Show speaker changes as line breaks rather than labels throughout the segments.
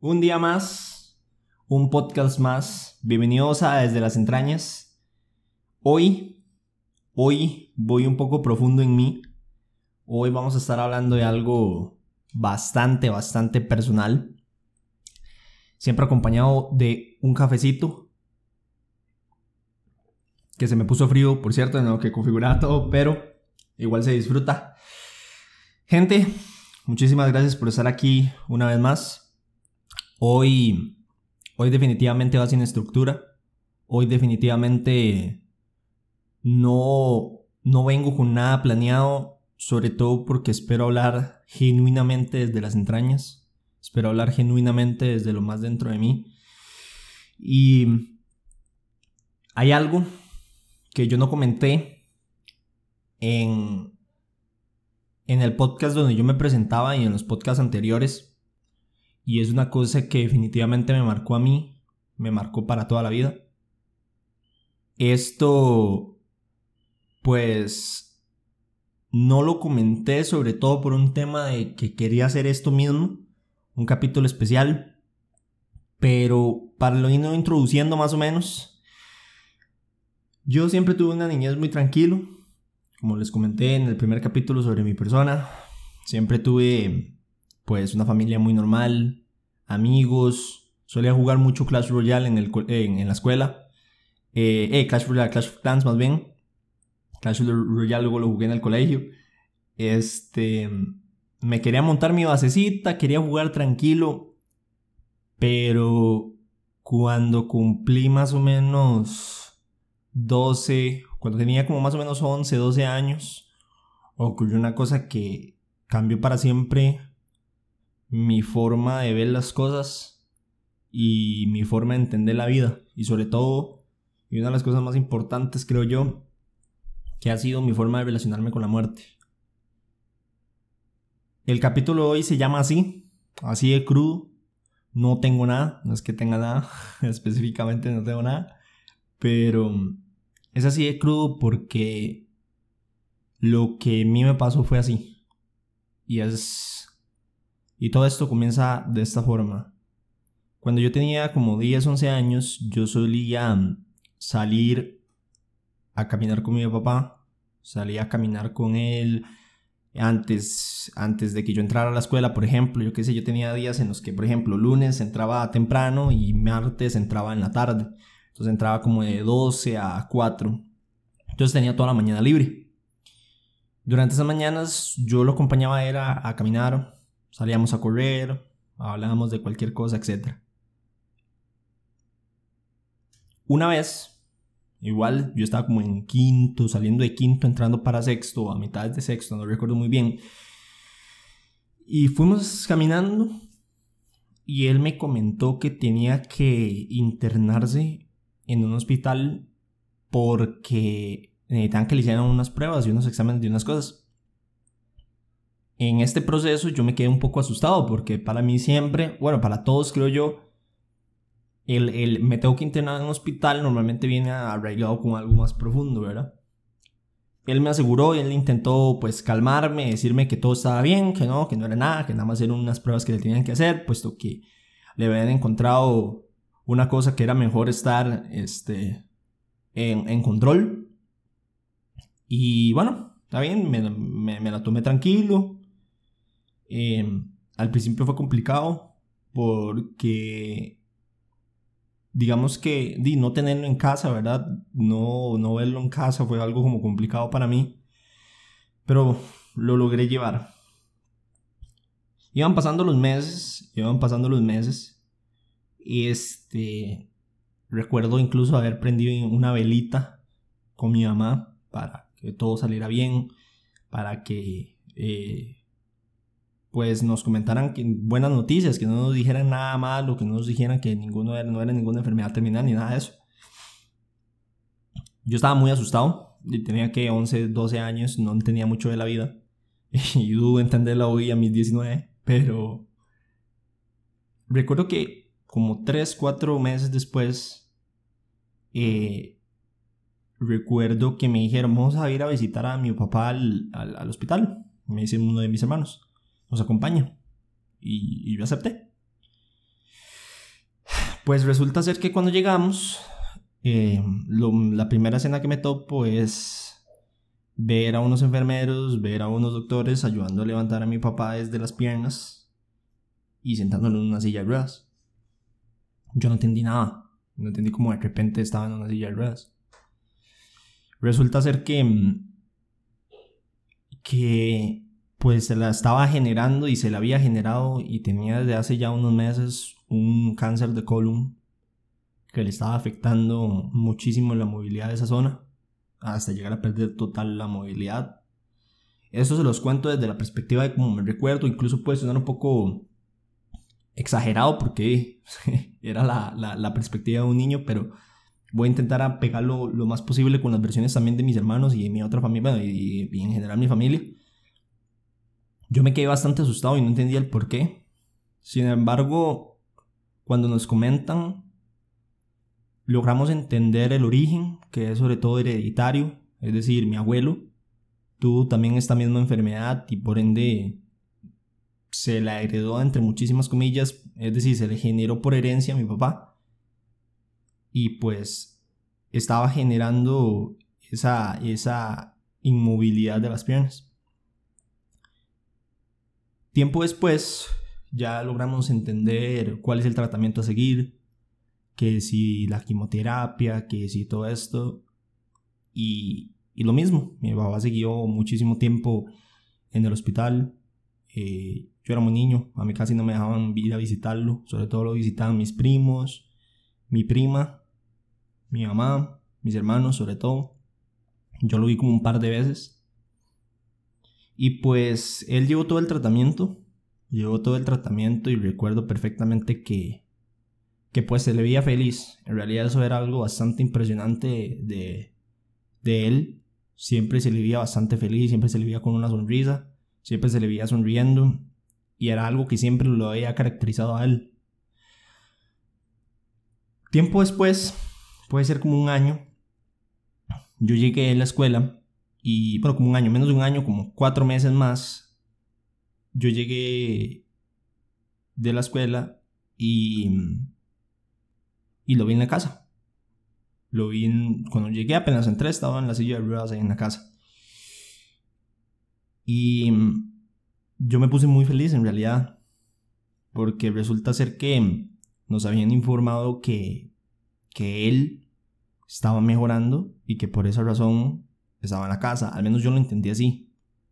Un día más, un podcast más. Bienvenidos a Desde las Entrañas. Hoy voy un poco profundo en mí. Hoy vamos a estar hablando de algo bastante personal. Siempre acompañado de un cafecito que se me puso frío, por cierto, en lo que configuraba todo, pero igual se disfruta. Gente, muchísimas gracias por estar aquí una vez más. Hoy definitivamente va sin estructura. Hoy definitivamente no vengo con nada planeado, sobre todo porque espero hablar genuinamente desde las entrañas. Espero hablar genuinamente desde lo más dentro de mí. Y hay algo que yo no comenté en el podcast donde yo me presentaba y en los podcasts anteriores. Y es una cosa que definitivamente me marcó a mí, me marcó para toda la vida. Esto, pues, no lo comenté sobre todo por un tema de que quería hacer esto mismo, un capítulo especial. Pero para lo irlo introduciendo más o menos, yo siempre tuve una niñez muy tranquilo, como les comenté en el primer capítulo sobre mi persona. Siempre tuve, pues, una familia muy normal, amigos. Solía jugar mucho Clash Royale en la escuela. Clash Royale, Clash of Clans más bien. Clash Royale luego lo jugué en el colegio. Me quería montar mi basecita, quería jugar tranquilo. Pero cuando cumplí más o menos 12, cuando tenía como más o menos 11, 12 años, ocurrió una cosa que cambió para siempre mi forma de ver las cosas y mi forma de entender la vida. Y sobre todo, y una de las cosas más importantes, creo yo, que ha sido mi forma de relacionarme con la muerte. El capítulo de hoy se llama así de crudo. No tengo nada, no es que tenga nada, específicamente no tengo nada, pero es así de crudo porque lo que a mí me pasó fue así. Y todo esto comienza de esta forma. Cuando yo tenía como 10, 11 años, yo solía salir a caminar con mi papá. Salía a caminar con él antes de que yo entrara a la escuela, por ejemplo. Yo tenía días en los que, por ejemplo, lunes entraba temprano y martes entraba en la tarde. Entonces entraba como de 12 a 4. Entonces tenía toda la mañana libre. Durante esas mañanas yo lo acompañaba a él a caminar. Salíamos a correr, hablábamos de cualquier cosa, etc. Una vez, igual yo estaba como en quinto, saliendo de quinto, entrando para sexto, a mitad de sexto, no recuerdo muy bien. Y fuimos caminando y él me comentó que tenía que internarse en un hospital porque necesitaban que le hicieran unas pruebas y unos exámenes de unas cosas. En este proceso yo me quedé un poco asustado porque para mí siempre, bueno, para todos creo yo, el me tengo que internar en un hospital normalmente viene arraigado con algo más profundo, ¿verdad? Él me aseguró y él intentó pues calmarme, decirme que todo estaba bien, que no era nada, que nada más eran unas pruebas que le tenían que hacer, puesto que le habían encontrado una cosa que era mejor estar en control. Y bueno, está bien, me la tomé tranquilo. Al principio fue complicado porque digamos que no tenerlo en casa, ¿verdad? No verlo en casa fue algo como complicado para mí, pero lo logré llevar. Iban pasando los meses y recuerdo incluso haber prendido una velita con mi mamá para que todo saliera bien, para que pues nos comentaran buenas noticias, que no nos dijeran nada malo, que no nos dijeran que no era ninguna enfermedad terminal ni nada de eso. Yo estaba muy asustado, y tenía que 11, 12 años, no entendía mucho de la vida y dudo entenderla hoy a mis 19, pero recuerdo que como 3, 4 meses después recuerdo que me dijeron vamos a ir a visitar a mi papá al hospital. Me dice uno de mis hermanos, nos acompaña, y yo acepté. Pues resulta ser que cuando llegamos, la primera escena que me topo es ver a unos enfermeros, ver a unos doctores ayudando a levantar a mi papá desde las piernas y sentándolo en una silla de ruedas. Yo no entendí nada, no entendí cómo de repente estaba en una silla de ruedas. Resulta ser que pues se la estaba generando y se la había generado y tenía desde hace ya unos meses un cáncer de colon que le estaba afectando muchísimo la movilidad de esa zona hasta llegar a perder total la movilidad. Eso se los cuento desde la perspectiva de cómo me recuerdo, incluso puede sonar un poco exagerado porque era la perspectiva de un niño, pero voy a intentar apegarlo lo más posible con las versiones también de mis hermanos y de mi otra familia, bueno, y en general mi familia. Yo me quedé bastante asustado y no entendía el por qué. Sin embargo, cuando nos comentan, logramos entender el origen, que es sobre todo hereditario. Es decir, mi abuelo tuvo también esta misma enfermedad y por ende se la heredó entre muchísimas comillas. Es decir, se le generó por herencia a mi papá. Y pues estaba generando esa inmovilidad de las piernas. Tiempo después ya logramos entender cuál es el tratamiento a seguir, que si la quimioterapia, que si todo esto. Y lo mismo, mi papá siguió muchísimo tiempo en el hospital. Yo era muy niño, a mí casi no me dejaban ir a visitarlo, sobre todo lo visitaban mis primos, mi prima, mi mamá, mis hermanos sobre todo. Yo lo vi como un par de veces. Y pues él llevó todo el tratamiento y recuerdo perfectamente que pues se le veía feliz. En realidad eso era algo bastante impresionante de él. Siempre se le veía bastante feliz, siempre se le veía con una sonrisa, siempre se le veía sonriendo y era algo que siempre lo había caracterizado a él. Tiempo después, puede ser como un año, yo llegué a la escuela y bueno, como un año, menos de un año, como 4 meses más, yo llegué de la escuela y lo vi en la casa. Lo vi cuando llegué, apenas entré, estaba en la silla de ruedas ahí en la casa. Y yo me puse muy feliz en realidad, porque resulta ser que nos habían informado que él estaba mejorando y que por esa razón estaba en la casa. Al menos yo lo entendí así.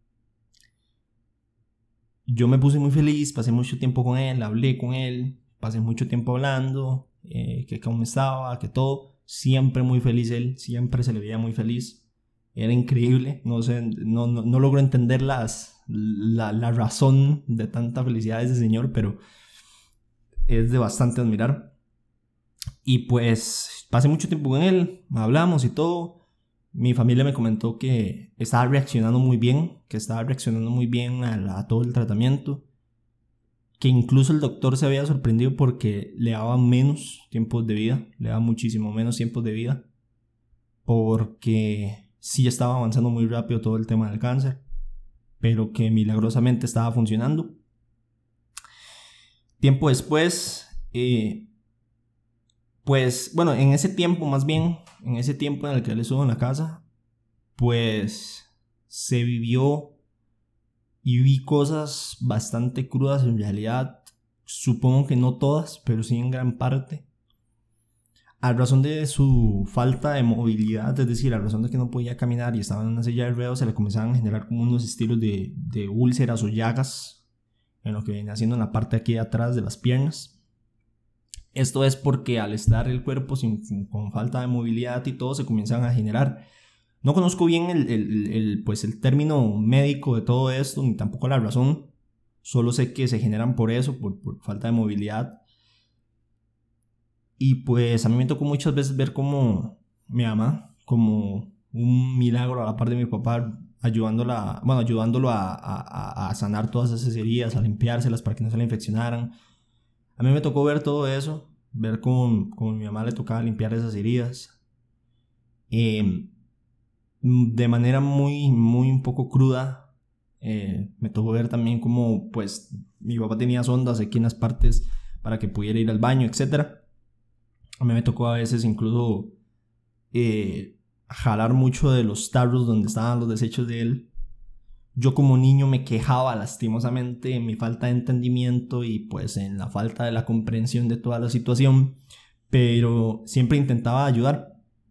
Yo me puse muy feliz, pasé mucho tiempo con él, hablé con él, pasé mucho tiempo hablando, que cómo estaba, que todo. Siempre muy feliz él, siempre se le veía muy feliz. Era increíble, no sé, no logro entender la razón de tanta felicidad de ese señor, pero es de bastante admirar. Y pues pasé mucho tiempo con él, hablamos y todo. Mi familia me comentó que estaba reaccionando muy bien, a todo el tratamiento, que incluso el doctor se había sorprendido porque le daban menos tiempos de vida, le daban muchísimo menos tiempos de vida, porque sí estaba avanzando muy rápido todo el tema del cáncer, pero que milagrosamente estaba funcionando. Tiempo después, pues bueno, en ese tiempo en el que él estuvo en la casa, pues se vivió y vi cosas bastante crudas en realidad. Supongo que no todas, pero sí en gran parte. A razón de su falta de movilidad, es decir, a razón de que no podía caminar y estaba en una silla de ruedas, se le comenzaban a generar como unos estilos de úlceras o llagas en lo que viene haciendo en la parte aquí de atrás de las piernas. Esto es porque al estar el cuerpo con falta de movilidad y todo, se comienzan a generar. No conozco bien el término médico de todo esto, ni tampoco la razón. Solo sé que se generan por eso, por falta de movilidad. Y pues a mí me tocó muchas veces ver como mi mamá, como un milagro a la par de mi papá, ayudándolo a sanar todas esas heridas, a limpiárselas para que no se le infeccionaran. A mí me tocó ver todo eso, ver cómo mi mamá le tocaba limpiar esas heridas. De manera muy un poco cruda. Me tocó ver también cómo pues mi papá tenía sondas aquí en las partes para que pudiera ir al baño, etc. A mí me tocó a veces incluso jalar mucho de los tarros donde estaban los desechos de él. Yo como niño me quejaba lastimosamente en mi falta de entendimiento y pues en la falta de la comprensión de toda la situación, pero siempre intentaba ayudar.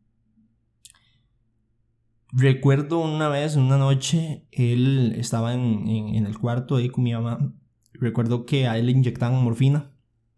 Recuerdo una vez, una noche, él estaba en el cuarto ahí con mi mamá. Recuerdo que a él le inyectaban morfina.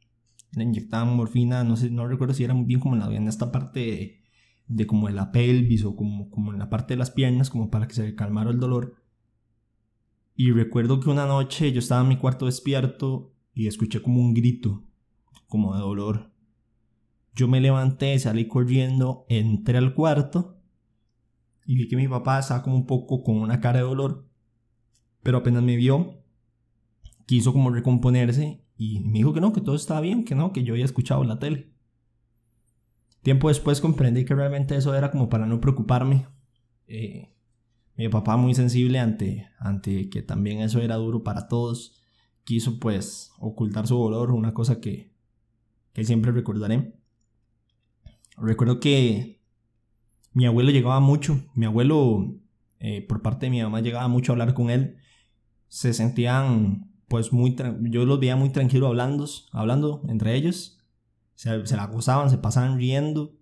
No sé, no recuerdo si era muy bien como en esta parte de como de la pelvis o como en la parte de las piernas, como para que se le calmara el dolor. Y recuerdo que una noche yo estaba en mi cuarto despierto y escuché como un grito, como de dolor. Yo me levanté, salí corriendo, entré al cuarto y vi que mi papá estaba como un poco con una cara de dolor, pero apenas me vio, quiso como recomponerse y me dijo que no, que todo estaba bien, que no, que yo había escuchado la tele. Tiempo después comprendí que realmente eso era como para no preocuparme. Mi papá, muy sensible ante que también eso era duro para todos, quiso pues ocultar su dolor, una cosa que siempre recordaré. Recuerdo que mi abuelo llegaba mucho, por parte de mi mamá llegaba mucho a hablar con él. Se sentían pues yo los veía muy tranquilos hablando entre ellos. Se la gozaban, se pasaban riendo.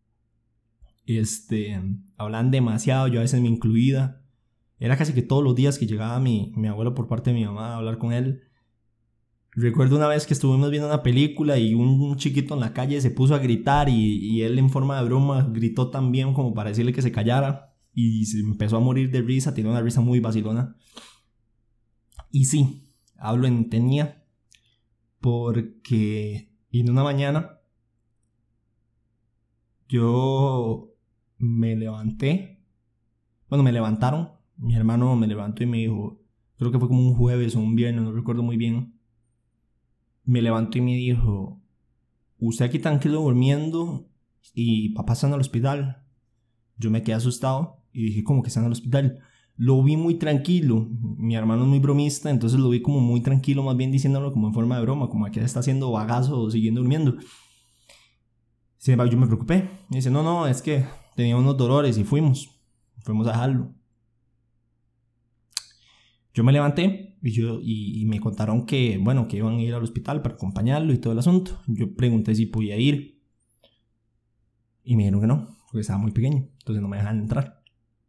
Hablaban demasiado, yo a veces me incluía. Era casi que todos los días que llegaba mi abuelo por parte de mi mamá a hablar con él. Recuerdo una vez que estuvimos viendo una película y un chiquito en la calle se puso a gritar y él en forma de broma gritó también como para decirle que se callara y se empezó a morir de risa, tenía una risa muy vacilona. Y sí, hablo en tenía porque en una mañana yo me levantaron, mi hermano me levantó y me dijo, creo que fue como un jueves o un viernes, no recuerdo muy bien. Me levantó y me dijo, usted aquí tranquilo durmiendo y papá está en el hospital. Yo me quedé asustado y dije, ¿cómo que está en el hospital? Lo vi muy tranquilo, mi hermano es muy bromista, entonces lo vi como muy tranquilo, más bien diciéndolo como en forma de broma, como que está haciendo bagazo o siguiendo durmiendo. Sin embargo, yo me preocupé. Me dice, no, es que tenía unos dolores y fuimos a dejarlo. Yo me levanté y me contaron que iban a ir al hospital para acompañarlo y todo el asunto. Yo pregunté si podía ir y me dijeron que no, porque estaba muy pequeño, entonces no me dejaban entrar.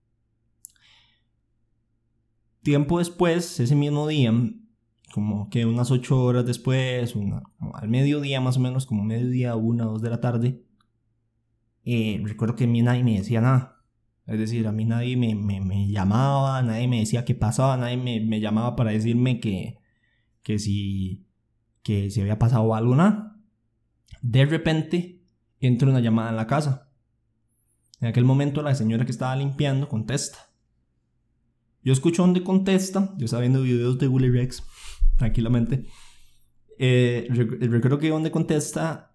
Tiempo después, ese mismo día, como que unas 8 horas después, al mediodía más o menos, como mediodía, 1 o 2 de la tarde, recuerdo que a mí nadie me decía nada. Es decir, a mí nadie me llamaba, nadie me decía qué pasaba, nadie me llamaba para decirme que si había pasado algo, nada. De repente, entra una llamada en la casa. En aquel momento la señora que estaba limpiando contesta. Yo escucho donde contesta, yo estaba viendo videos de Willy Rex, tranquilamente. Recuerdo que donde contesta,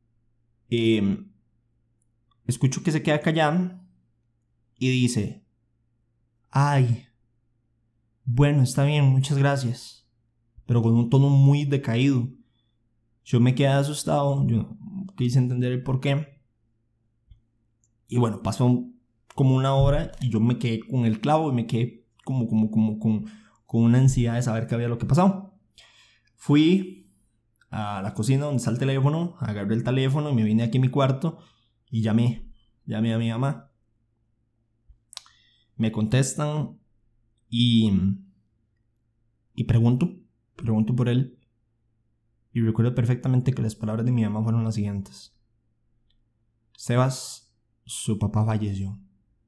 escucho que se queda callado y dice, ay, bueno, está bien, muchas gracias, pero con un tono muy decaído. Yo me quedé asustado, yo quise entender el por qué. Y bueno, pasó como 1 hora y yo me quedé con el clavo y me quedé como con una ansiedad de saber qué había lo que pasado. Fui a la cocina donde está el teléfono, agarré el teléfono y me vine aquí a mi cuarto y llamé a mi mamá. Me contestan y pregunto por él. Y recuerdo perfectamente que las palabras de mi mamá fueron las siguientes. Sebas, su papá falleció.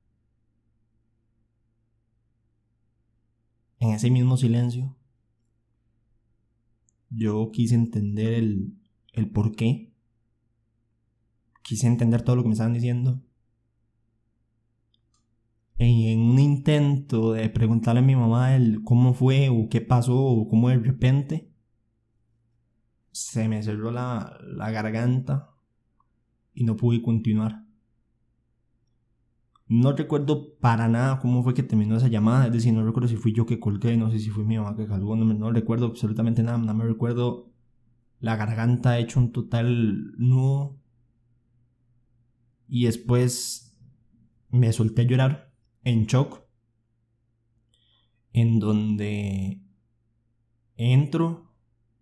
En ese mismo silencio, yo quise entender el por qué. Quise entender todo lo que me estaban diciendo. En un intento de preguntarle a mi mamá cómo fue o qué pasó o cómo de repente se me cerró la garganta y no pude continuar. No recuerdo para nada cómo fue que terminó esa llamada, es decir, no recuerdo si fui yo que colgué, no sé si fue mi mamá que colgó, no recuerdo absolutamente nada, no me recuerdo la garganta hecho un total nudo. y después me solté a llorar en shock, en donde entro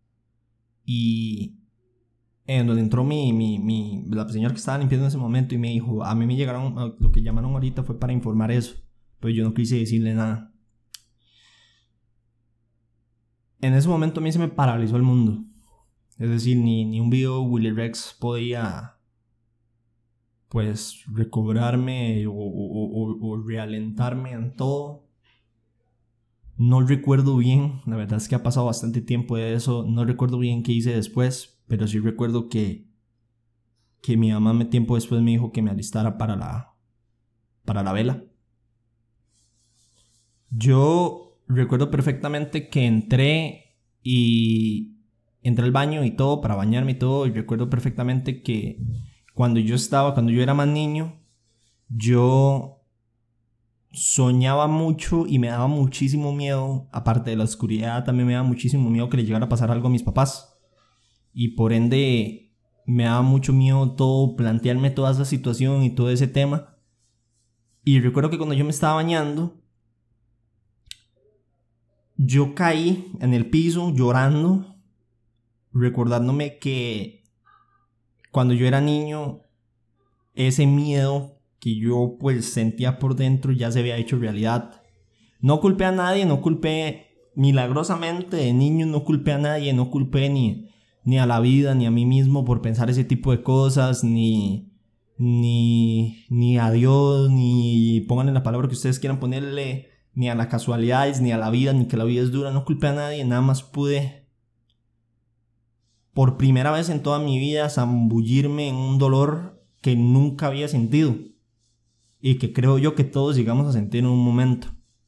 y en donde entró la señora que estaba limpiando en ese momento y me dijo, a mí me llegaron, lo que llamaron ahorita fue para informar eso, pero yo no quise decirle nada. En ese momento a mí se me paralizó el mundo. Es decir, ni un video Willy Rex podía pues recobrarme o realentarme en todo. No recuerdo bien, la verdad es que ha pasado bastante tiempo de eso. No recuerdo bien qué hice después, pero sí recuerdo que mi mamá tiempo después me dijo que me alistara para la vela. Yo recuerdo perfectamente que entré al baño y todo, para bañarme y todo, y recuerdo perfectamente que cuando yo era más niño, yo soñaba mucho y me daba muchísimo miedo, aparte de la oscuridad, también me daba muchísimo miedo que le llegara a pasar algo a mis papás. Y por ende, me daba mucho miedo plantearme toda esa situación y todo ese tema. Y recuerdo que cuando yo me estaba bañando, yo caí en el piso llorando, recordándome que cuando yo era niño, ese miedo que yo pues sentía por dentro ya se había hecho realidad. No culpé a nadie, no culpé milagrosamente de niño, no culpé a nadie, no culpé ni a la vida ni a mí mismo por pensar ese tipo de cosas, ni a Dios, ni pónganle la palabra que ustedes quieran ponerle, ni a las casualidades, ni a la vida, ni que la vida es dura. No culpé a nadie, nada más pude por primera vez en toda mi vida zambullirme en un dolor que nunca había sentido y que creo yo que todos llegamos a sentir en un momento.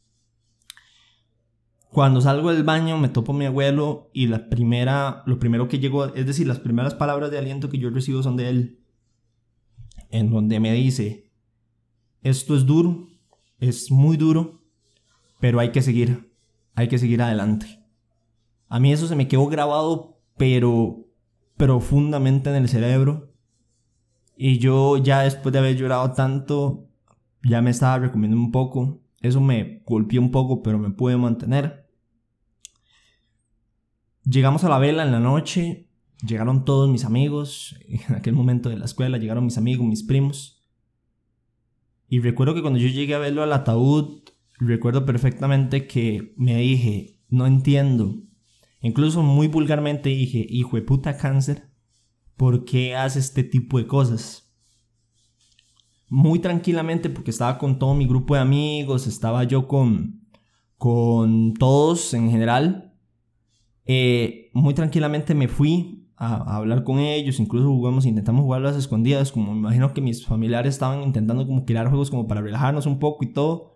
Cuando salgo del baño me topo a mi abuelo y lo primero que llegó, es decir, las primeras palabras de aliento que yo recibo son de él, en donde me dice: esto es duro, es muy duro, pero hay que seguir adelante. A mí eso se me quedó grabado, pero profundamente en el cerebro, y yo ya después de haber llorado tanto, ya me estaba recomiendo un poco. Eso me golpeó un poco, pero me pude mantener. Llegamos a la vela en la noche, llegaron todos mis amigos, en aquel momento de la escuela, llegaron mis amigos, mis primos. Y recuerdo que cuando yo llegué a verlo al ataúd, recuerdo perfectamente que me dije, no entiendo. Incluso muy vulgarmente dije, hijo de puta cáncer, ¿por qué hace este tipo de cosas? Muy tranquilamente, porque estaba con todo mi grupo de amigos, estaba yo con todos en general. Muy tranquilamente me fui a hablar con ellos, incluso intentamos jugar a las escondidas, como me imagino que mis familiares estaban intentando como crear juegos como para relajarnos un poco y todo.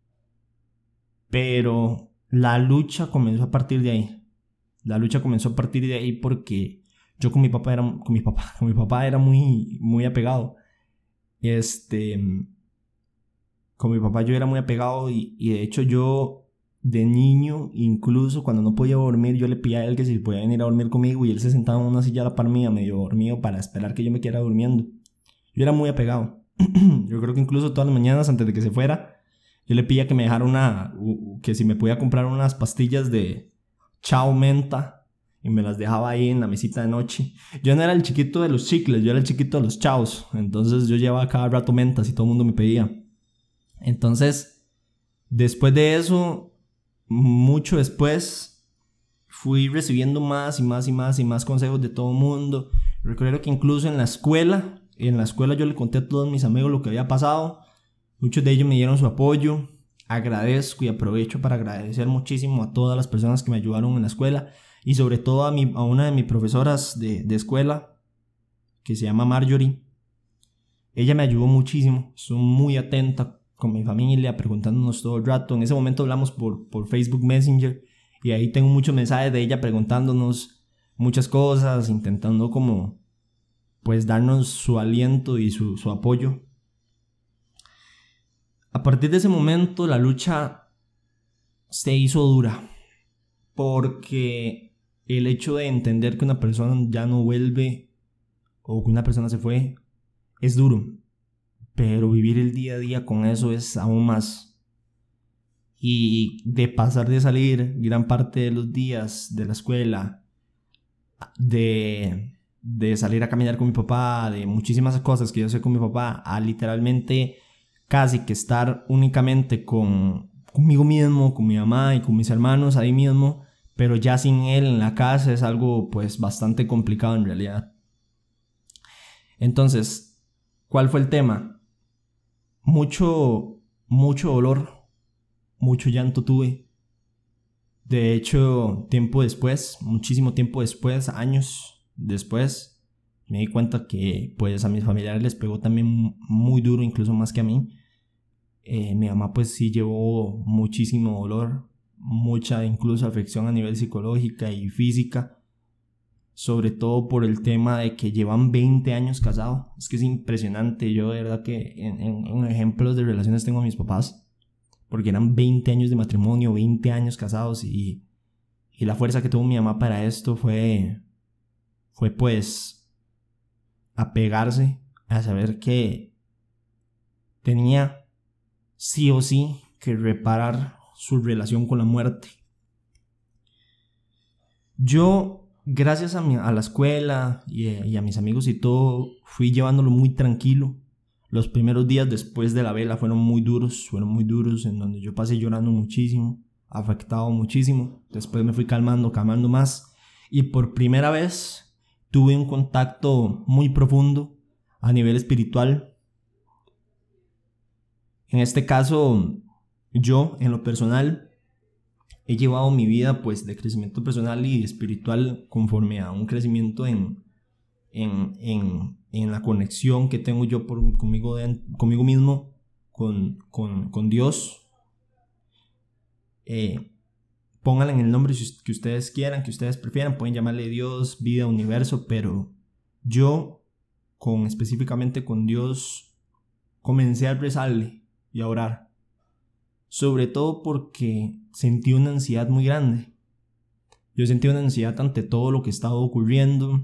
Pero la lucha comenzó a partir de ahí. Porque yo con mi papá era muy, muy apegado. Con mi papá yo era muy apegado y de hecho yo de niño, incluso cuando no podía dormir, yo le pedía a él que si podía venir a dormir conmigo y él se sentaba en una silla a la par mía, medio dormido, para esperar que yo me quedara durmiendo. Yo era muy apegado. Yo creo que incluso todas las mañanas antes de que se fuera, yo le pedía que me dejara que si me podía comprar unas pastillas de Chao Menta y me las dejaba ahí en la mesita de noche. Yo no era el chiquito de los chicles, yo era el chiquito de los chaos. Entonces yo llevaba cada rato mentas y todo el mundo me pedía. Entonces, después de eso, mucho después, fui recibiendo más consejos de todo el mundo. Recuerdo que incluso en la escuela yo le conté a todos mis amigos lo que había pasado. Muchos de ellos me dieron su apoyo. Agradezco y aprovecho para agradecer muchísimo a todas las personas que me ayudaron en la escuela y sobre todo a una de mis profesoras de escuela, que se llama Marjorie. Ella me ayudó muchísimo, estuvo muy atenta con mi familia, preguntándonos todo el rato. En ese momento hablamos por Facebook Messenger y ahí tengo muchos mensajes de ella preguntándonos muchas cosas, intentando como pues darnos su aliento y su apoyo. A partir de ese momento la lucha se hizo dura, porque el hecho de entender que una persona ya no vuelve o que una persona se fue es duro. pero vivir el día a día con eso es aún más. Y de pasar de salir gran parte de los días de la escuela, de salir a caminar con mi papá, de muchísimas cosas que yo sé con mi papá, a literalmente casi que estar únicamente conmigo mismo, con mi mamá y con mis hermanos ahí mismo, pero ya sin él en la casa, es algo pues bastante complicado en realidad. Entonces, ¿cuál fue el tema? Mucho dolor, mucho llanto tuve. De hecho, tiempo después, muchísimo tiempo después, años después, me di cuenta que pues a mis familiares les pegó también muy duro, incluso más que a mí. Mi mamá pues sí llevó muchísimo dolor, mucha incluso afección a nivel psicológica y física, sobre todo por el tema de que llevan 20 años casados. Es que es impresionante. Yo de verdad que en ejemplos de relaciones tengo a mis papás, porque eran 20 años de matrimonio, 20 años casados, y la fuerza que tuvo mi mamá para esto fue pues apegarse a saber que tenía sí o sí que reparar su relación con la muerte. Yo, gracias a la escuela y a mis amigos y todo, fui llevándolo muy tranquilo. Los primeros días después de la vela fueron muy duros, en donde yo pasé llorando muchísimo, afectado muchísimo. Después me fui calmando más, y por primera vez tuve un contacto muy profundo a nivel espiritual. En este caso, yo en lo personal he llevado mi vida pues de crecimiento personal y espiritual conforme a un crecimiento en la conexión que tengo yo conmigo mismo, con Dios. Pónganle en el nombre que ustedes quieran, que ustedes prefieran, pueden llamarle Dios, vida, universo, pero yo específicamente con Dios comencé a rezarle y a orar, sobre todo porque sentí una ansiedad muy grande. Yo sentí una ansiedad ante todo lo que estaba ocurriendo,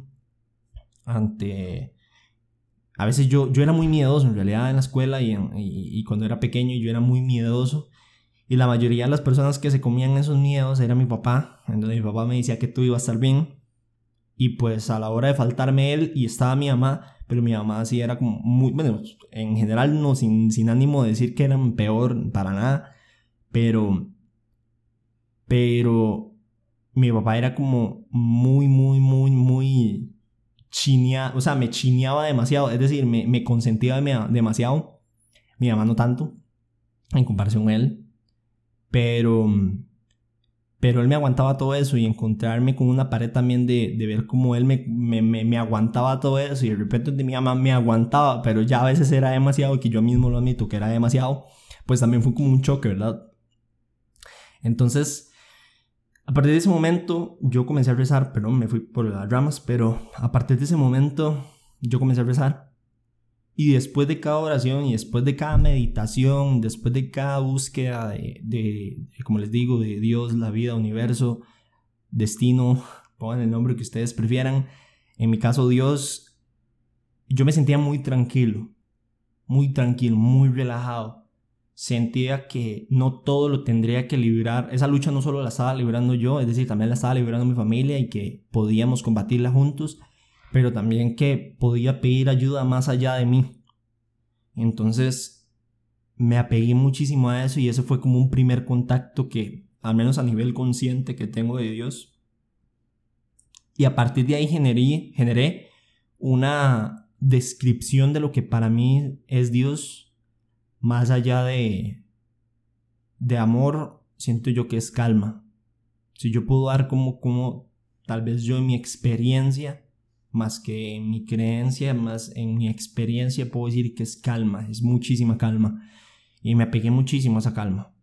a veces yo era muy miedoso en realidad en la escuela, y cuando era pequeño yo era muy miedoso, y la mayoría de las personas que se comían esos miedos era mi papá. Entonces mi papá me decía que todo iba a estar bien, y pues a la hora de faltarme él y estaba mi mamá, pero mi mamá sí era como muy, bueno, en general no, sin ánimo de decir que eran peor para nada, pero mi papá era como muy chineado, o sea, me chineaba demasiado, es decir, me consentía demasiado. Mi mamá no tanto, en comparación a él, pero él me aguantaba todo eso, y encontrarme con una pared también de ver cómo él me aguantaba todo eso, y de repente mi mamá me aguantaba, pero ya a veces era demasiado, que yo mismo lo admito que era demasiado, pues también fue como un choque, ¿verdad? Entonces, a partir de ese momento yo comencé a rezar, perdón, me fui por las ramas, pero a partir de ese momento yo comencé a rezar, y después de cada oración y después de cada meditación, después de cada búsqueda de como les digo, de Dios, la vida, universo, destino, pongan el nombre que ustedes prefieran, en mi caso Dios, yo me sentía muy tranquilo, muy relajado. Sentía que no todo lo tendría que librar, esa lucha no solo la estaba librando yo, es decir, también la estaba librando mi familia, y que podíamos combatirla juntos, pero también que podía pedir ayuda más allá de mí. Entonces me apegué muchísimo a eso, y ese fue como un primer contacto que, al menos a nivel consciente, que tengo de Dios. Y a partir de ahí generé una descripción de lo que para mí es Dios. Más allá de amor, siento yo que es calma. Si yo puedo dar como tal vez yo en mi experiencia, más que en mi creencia, más en mi experiencia puedo decir que es calma, es muchísima calma. Y me apegué muchísimo a esa calma.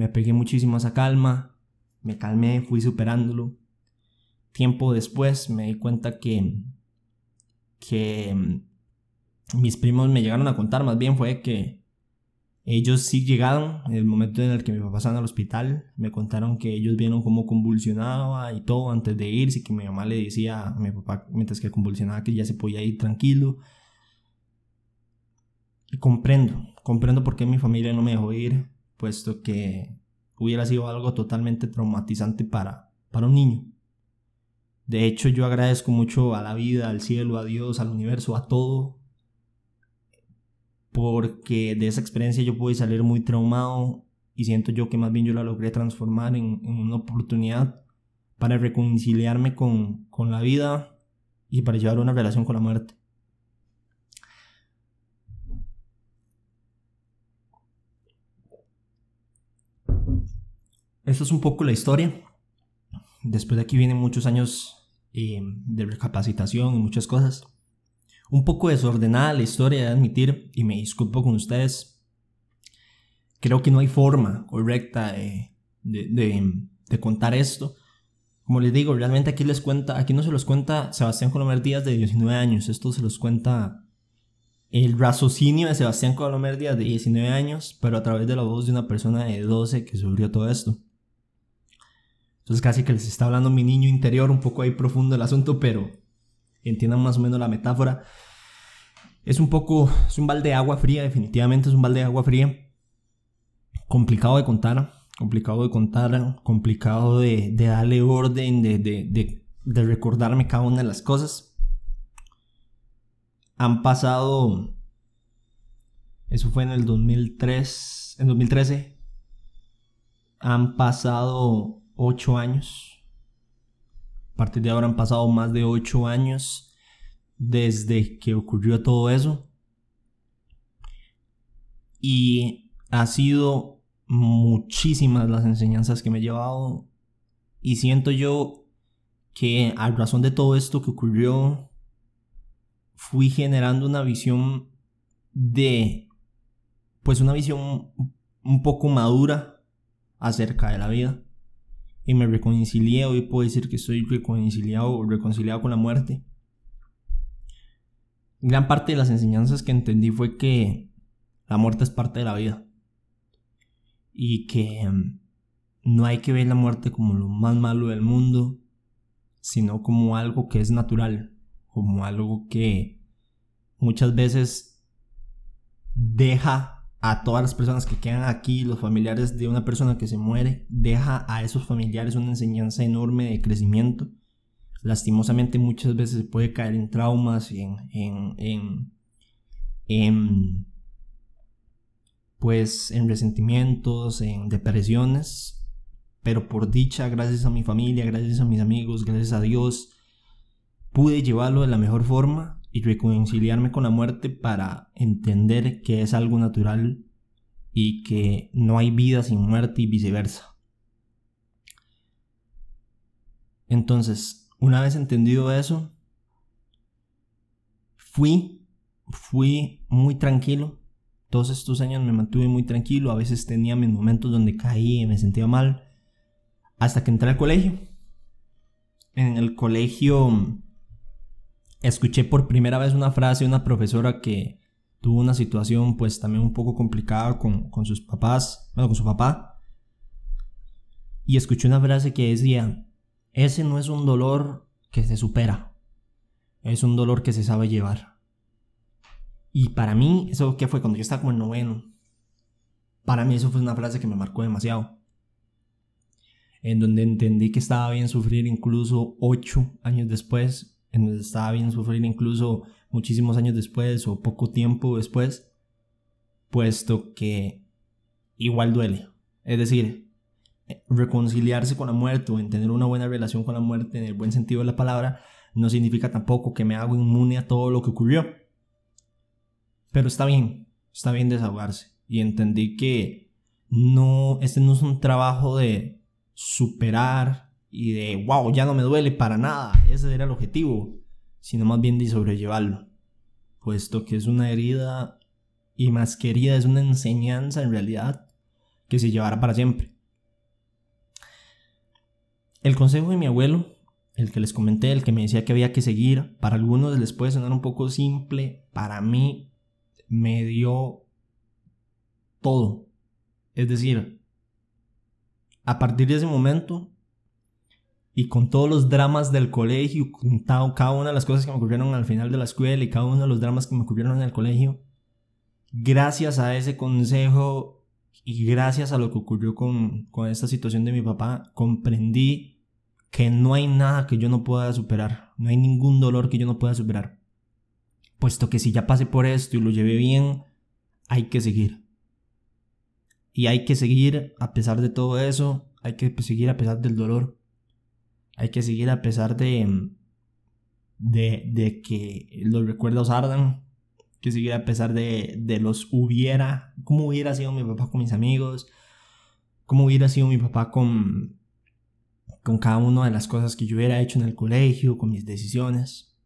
Me calmé, fui superándolo. Tiempo después me di cuenta que mis primos me llegaron a contar, más bien fue que ellos sí llegaron en el momento en el que mi papá estaba en el hospital. Me contaron que ellos vieron cómo convulsionaba y todo antes de irse, y que mi mamá le decía a mi papá mientras que convulsionaba que ya se podía ir tranquilo. Y comprendo por qué mi familia no me dejó ir, puesto que hubiera sido algo totalmente traumatizante para un niño. De hecho, yo agradezco mucho a la vida, al cielo, a Dios, al universo, a todo, porque de esa experiencia yo pude salir muy traumado y siento yo que más bien yo la logré transformar en una oportunidad para reconciliarme con la vida y para llevar una relación con la muerte. Esta es un poco la historia. Después de aquí vienen muchos años de recapacitación y muchas cosas. Un poco desordenada la historia, de admitir, y me disculpo con ustedes. Creo que no hay forma correcta de contar esto. Como les digo, realmente aquí no se los cuenta Sebastián Colomer Díaz de 19 años. Esto se los cuenta el raciocinio de Sebastián Colomer Díaz de 19 años, pero a través de la voz de una persona de 12 que sufrió todo esto. Entonces casi que les está hablando mi niño interior, un poco ahí profundo el asunto, pero entiendan más o menos la metáfora. Es un balde de agua fría, definitivamente es un balde de agua fría. Complicado de contar, complicado de darle orden, de recordarme cada una de las cosas. Han pasado, eso fue en el 2013, han pasado 8 años. A partir de ahora han pasado más de 8 años desde que ocurrió todo eso. Y ha sido muchísimas las enseñanzas que me he llevado. Y siento yo que a razón de todo esto que ocurrió, fui generando una visión una visión un poco madura acerca de la vida. Y me reconcilié, hoy puedo decir que estoy reconciliado con la muerte. Gran parte de las enseñanzas que entendí fue que la muerte es parte de la vida. Y que no hay que ver la muerte como lo más malo del mundo, sino como algo que es natural, como algo que muchas veces deja a todas las personas que quedan aquí, los familiares de una persona que se muere, deja a esos familiares una enseñanza enorme de crecimiento. Lastimosamente muchas veces se puede caer en traumas, en resentimientos, en depresiones, pero por dicha, gracias a mi familia, gracias a mis amigos, gracias a Dios, pude llevarlo de la mejor forma y reconciliarme con la muerte para entender que es algo natural y que no hay vida sin muerte y viceversa. Entonces, una vez entendido eso, fui muy tranquilo. Todos estos años me mantuve muy tranquilo. A veces tenía mis momentos donde caí y me sentía mal, hasta que entré al colegio. En el colegio escuché por primera vez una frase de una profesora que tuvo una situación pues también un poco complicada con sus papás, con su papá. Y escuché una frase que decía: ese no es un dolor que se supera, es un dolor que se sabe llevar. Y para mí, eso que fue cuando yo estaba como en noveno, para mí eso fue una frase que me marcó demasiado. En donde entendí que estaba bien sufrir incluso 8 años después, en donde estaba bien sufrir incluso muchísimos años después o poco tiempo después, puesto que igual duele. Es decir, reconciliarse con la muerte o en tener una buena relación con la muerte en el buen sentido de la palabra no significa tampoco que me hago inmune a todo lo que ocurrió. Pero está bien desahogarse. Y entendí que este no es un trabajo de superar y de wow, ya no me duele para nada, ese era el objetivo, sino más bien de sobrellevarlo, puesto que es una herida, y más que herida es una enseñanza en realidad que se llevará para siempre. El consejo de mi abuelo, el que les comenté, el que me decía que había que seguir, para algunos les puede sonar un poco simple, para mí me dio todo. Es decir, a partir de ese momento y con todos los dramas del colegio, con cada una de las cosas que me ocurrieron al final de la escuela y cada uno de los dramas que me ocurrieron en el colegio, gracias a ese consejo y gracias a lo que ocurrió con esta situación de mi papá, comprendí que no hay nada que yo no pueda superar, no hay ningún dolor que yo no pueda superar, puesto que si ya pasé por esto y lo llevé bien, hay que seguir. Y hay que seguir a pesar de todo eso, hay que seguir a pesar del dolor, hay que seguir a pesar de que los recuerdos ardan, hay que seguir a pesar de los hubiera, cómo hubiera sido mi papá con mis amigos, cómo hubiera sido mi papá con cada una de las cosas que yo hubiera hecho en el colegio, con mis decisiones.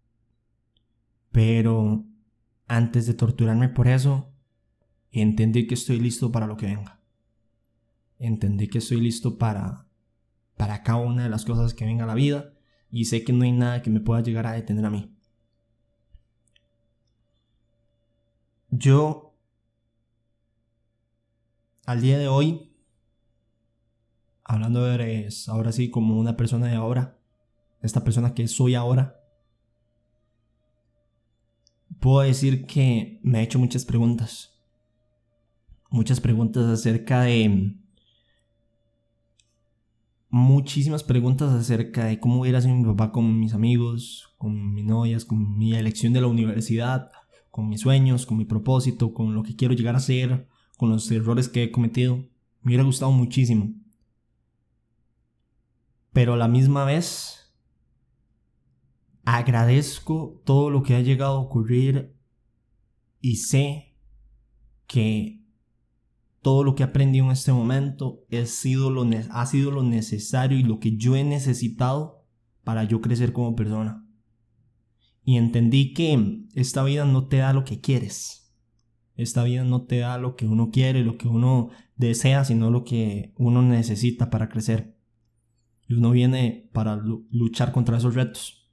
Pero antes de torturarme por eso, entendí que estoy listo para lo que venga. Entendí que estoy listo para cada una de las cosas que venga a la vida y sé que no hay nada que me pueda llegar a detener a mí. Yo, al día de hoy, hablando ahora sí como una persona de ahora, esta persona que soy ahora, puedo decir que me he hecho muchas preguntas acerca de muchísimas preguntas acerca de cómo hubiera sido mi papá con mis amigos, con mis novias, con mi elección de la universidad, con mis sueños, con mi propósito, con lo que quiero llegar a ser, con los errores que he cometido. Me hubiera gustado muchísimo. Pero a la misma vez agradezco todo lo que ha llegado a ocurrir y sé que todo lo que he aprendido en este momento ha sido lo necesario y lo que yo he necesitado para yo crecer como persona. Y entendí que esta vida no te da lo que quieres. Esta vida no te da lo que uno quiere, lo que uno desea, sino lo que uno necesita para crecer. Y uno viene para luchar contra esos retos.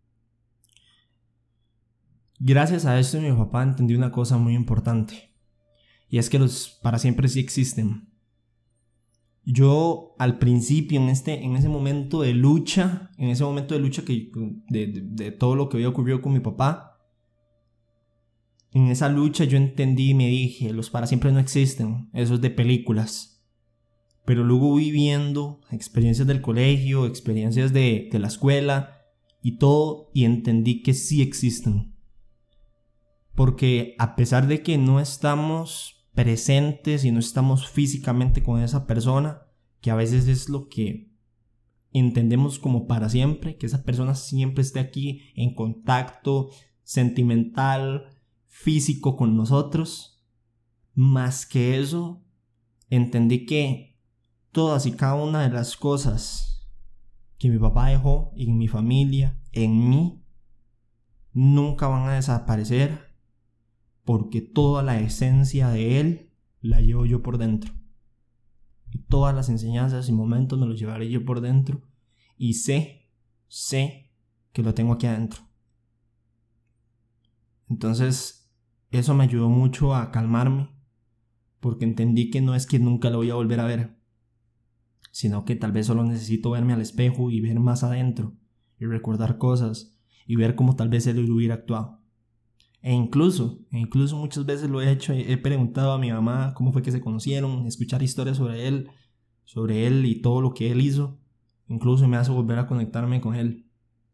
Gracias a esto mi papá entendió una cosa muy importante. Y es que los para siempre sí existen. Yo al principio, en ese momento de lucha, de todo lo que había ocurrido con mi papá, en esa lucha yo entendí y me dije, los para siempre no existen, eso es de películas. Pero luego viviendo experiencias del colegio, experiencias de la escuela y todo, y entendí que sí existen. Porque a pesar de que no estamos presentes y no estamos físicamente con esa persona, que a veces es lo que entendemos como para siempre, que esa persona siempre esté aquí en contacto sentimental, físico con nosotros, más que eso, entendí que todas y cada una de las cosas que mi papá dejó en mi familia, en mí, nunca van a desaparecer, porque toda la esencia de él la llevo yo por dentro. Y todas las enseñanzas y momentos me los llevaré yo por dentro. Y sé que lo tengo aquí adentro. Entonces, eso me ayudó mucho a calmarme, porque entendí que no es que nunca lo voy a volver a ver, sino que tal vez solo necesito verme al espejo y ver más adentro, y recordar cosas, y ver cómo tal vez él hubiera actuado. E incluso muchas veces lo he hecho, he preguntado a mi mamá cómo fue que se conocieron, escuchar historias sobre él y todo lo que él hizo, incluso me hace volver a conectarme con él.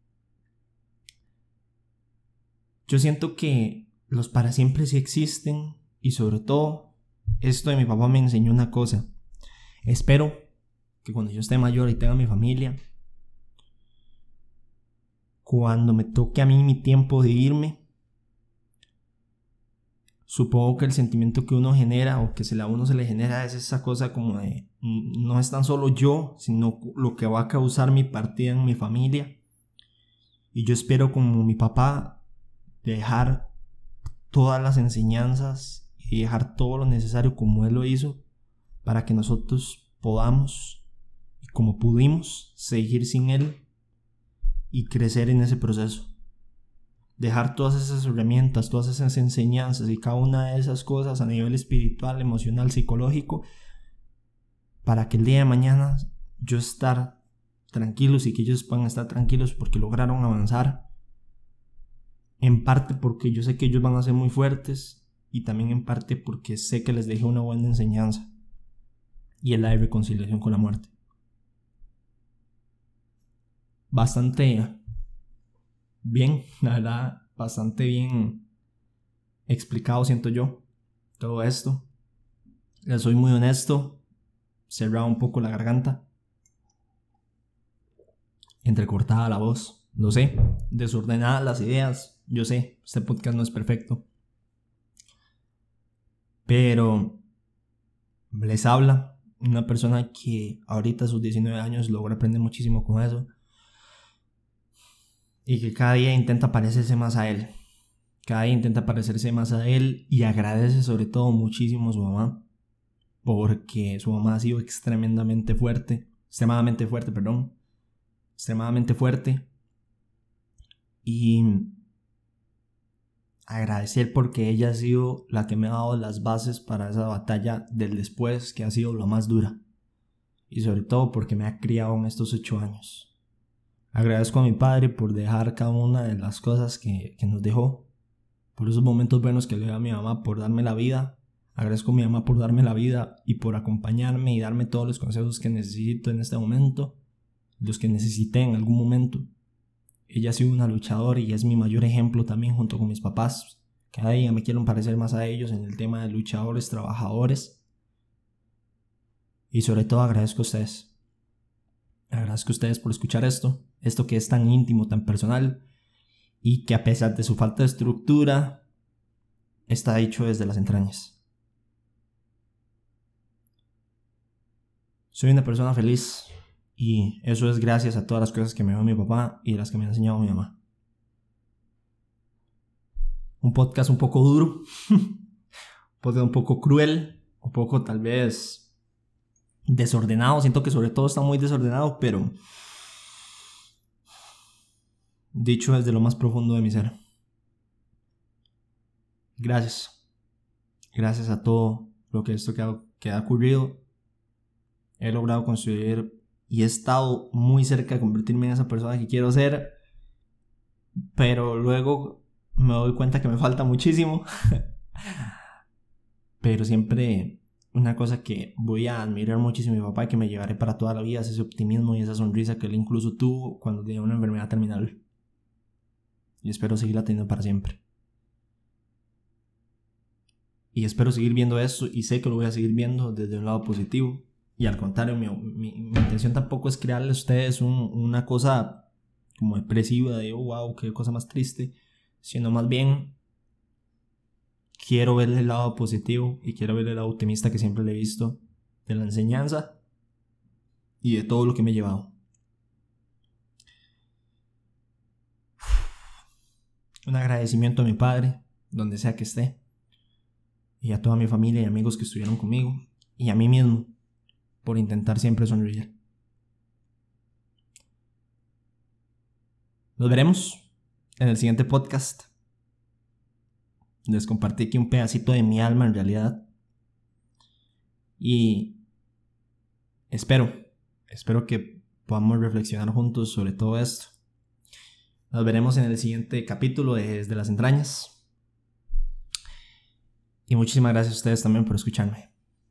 Yo siento que los para siempre sí existen y sobre todo, esto de mi papá me enseñó una cosa. Espero que cuando yo esté mayor y tenga mi familia, cuando me toque a mí mi tiempo de irme, supongo que el sentimiento que uno genera o que a uno se le genera es esa cosa como de no es tan solo yo, sino lo que va a causar mi partida en mi familia. Y yo espero, como mi papá, dejar todas las enseñanzas y dejar todo lo necesario como él lo hizo para que nosotros podamos, y como pudimos, seguir sin él y crecer en ese proceso. Dejar todas esas herramientas, todas esas enseñanzas y cada una de esas cosas a nivel espiritual, emocional, psicológico, para que el día de mañana yo estar tranquilos y que ellos puedan estar tranquilos porque lograron avanzar. En parte porque yo sé que ellos van a ser muy fuertes y también en parte porque sé que les dejé una buena enseñanza, y es la de reconciliación con la muerte. Bastante bien, la verdad, bastante bien explicado siento yo todo esto. Les soy muy honesto, cerraba un poco la garganta, entrecortada la voz, lo sé, desordenadas las ideas, yo sé, este podcast no es perfecto, pero les habla una persona que ahorita a sus 19 años logra aprender muchísimo con eso y que cada día intenta parecerse más a él. Cada día intenta parecerse más a él y agradece sobre todo muchísimo a su mamá, porque su mamá ha sido extremadamente fuerte, y agradecer porque ella ha sido la que me ha dado las bases para esa batalla del después, que ha sido la más dura, y sobre todo porque me ha criado en estos 8 años. Agradezco a mi padre por dejar cada una de las cosas que nos dejó, por esos momentos buenos que le doy a mi mamá, por darme la vida. Agradezco a mi mamá por darme la vida y por acompañarme y darme todos los consejos que necesito en este momento, los que necesité en algún momento. Ella ha sido una luchadora y es mi mayor ejemplo también junto con mis papás. Cada día me quiero parecer más a ellos en el tema de luchadores, trabajadores. Y sobre todo agradezco a ustedes. Agradezco a ustedes por escuchar esto que es tan íntimo, tan personal, y que a pesar de su falta de estructura, está dicho desde las entrañas. Soy una persona feliz y eso es gracias a todas las cosas que me dio mi papá y las que me ha enseñado mi mamá. Un podcast un poco duro, un poco cruel, un poco tal vez desordenado. Siento que sobre todo está muy desordenado, pero dicho desde lo más profundo de mi ser. Gracias. Gracias a todo lo que esto que ha ocurrido. He logrado construir y he estado muy cerca de convertirme en esa persona que quiero ser, pero luego me doy cuenta que me falta muchísimo. Pero siempre una cosa que voy a admirar muchísimo a mi papá y que me llevaré para toda la vida es ese optimismo y esa sonrisa que él incluso tuvo cuando tenía una enfermedad terminal. Y espero seguirla teniendo para siempre. Y espero seguir viendo esto y sé que lo voy a seguir viendo desde un lado positivo. Y al contrario, mi intención tampoco es crearle a ustedes una cosa como depresiva de wow, qué cosa más triste, sino más bien quiero verle el lado positivo y quiero verle el lado optimista que siempre le he visto de la enseñanza y de todo lo que me he llevado. Un agradecimiento a mi padre, donde sea que esté, y a toda mi familia y amigos que estuvieron conmigo, y a mí mismo, por intentar siempre sonreír. Nos veremos en el siguiente podcast. Les compartí aquí un pedacito de mi alma en realidad. Y espero que podamos reflexionar juntos sobre todo esto. Nos veremos en el siguiente capítulo de Desde las Entrañas. Y muchísimas gracias a ustedes también por escucharme.